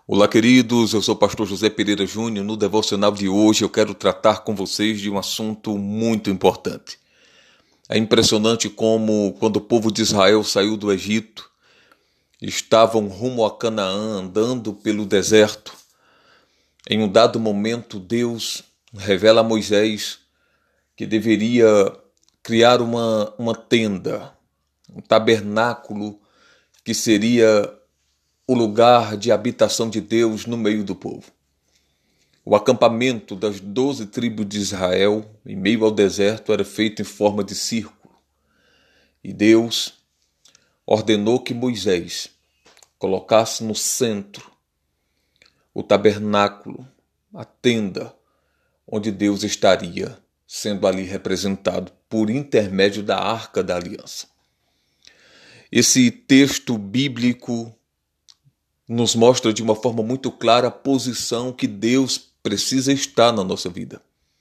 Olá, queridos, eu sou o pastor José Pereira Júnior. No devocional de hoje eu quero tratar com vocês de um assunto muito importante. É impressionante como, quando o povo de Israel saiu do Egito, estavam rumo a Canaã, andando pelo deserto. Em um dado momento, Deus revela a Moisés que deveria criar uma tenda, um tabernáculo que seria o lugar de habitação de Deus no meio do povo. O acampamento das 12 tribos de Israel, em meio ao deserto, era feito em forma de círculo. E Deus ordenou que Moisés colocasse no centro o tabernáculo, a tenda, onde Deus estaria sendo ali representado por intermédio da Arca da Aliança. Esse texto bíblico nos mostra de uma forma muito clara a posição que Deus precisa estar na nossa vida.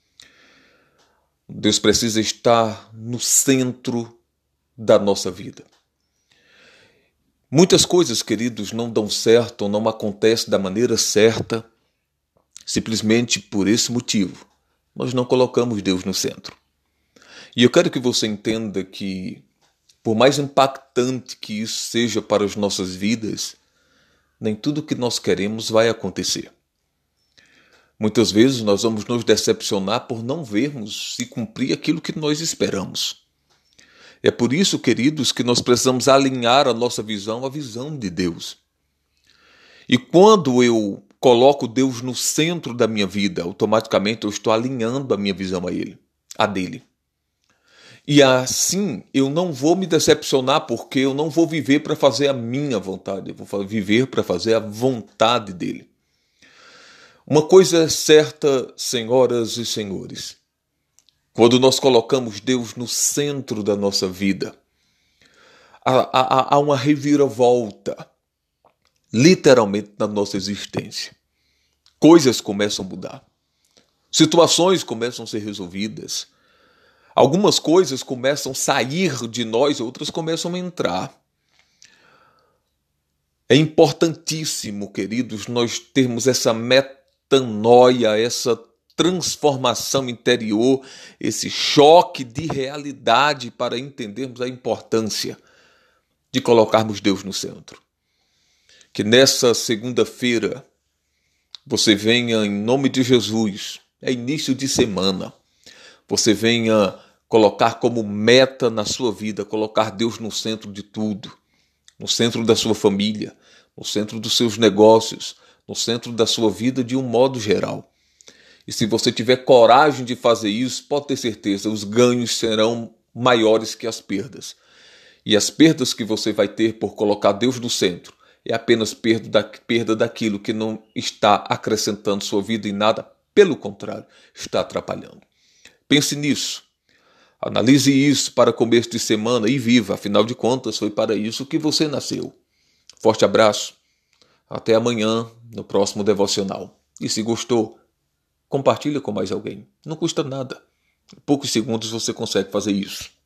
Deus precisa estar no centro da nossa vida. Muitas coisas, queridos, não dão certo ou não acontecem da maneira certa, simplesmente por esse motivo. Nós não colocamos Deus no centro. E eu quero que você entenda que, por mais impactante que isso seja para as nossas vidas, nem tudo o que nós queremos vai acontecer. Muitas vezes nós vamos nos decepcionar por não vermos se cumprir aquilo que nós esperamos. É por isso, queridos, que nós precisamos alinhar a nossa visão à visão de Deus. E quando eu coloco Deus no centro da minha vida, automaticamente eu estou alinhando a minha visão a dele. E assim eu não vou me decepcionar, porque eu não vou viver para fazer a minha vontade, eu vou viver para fazer a vontade dele. Uma coisa é certa, senhoras e senhores, quando nós colocamos Deus no centro da nossa vida, há uma reviravolta, literalmente, na nossa existência. Coisas começam a mudar, situações começam a ser resolvidas, algumas coisas começam a sair de nós, outras começam a entrar. É importantíssimo, queridos, nós termos essa metanoia, essa transformação interior, esse choque de realidade para entendermos a importância de colocarmos Deus no centro. Que nessa segunda-feira você venha, em nome de Jesus, é início de semana, você venha colocar como meta na sua vida, colocar Deus no centro de tudo, no centro da sua família, no centro dos seus negócios, no centro da sua vida de um modo geral. E se você tiver coragem de fazer isso, pode ter certeza, os ganhos serão maiores que as perdas. E as perdas que você vai ter por colocar Deus no centro é apenas perda daquilo que não está acrescentando sua vida em nada, pelo contrário, está atrapalhando. Pense nisso, analise isso para começo de semana e viva, afinal de contas foi para isso que você nasceu. Forte abraço, até amanhã no próximo devocional. E se gostou, compartilha com mais alguém, não custa nada. Em poucos segundos você consegue fazer isso.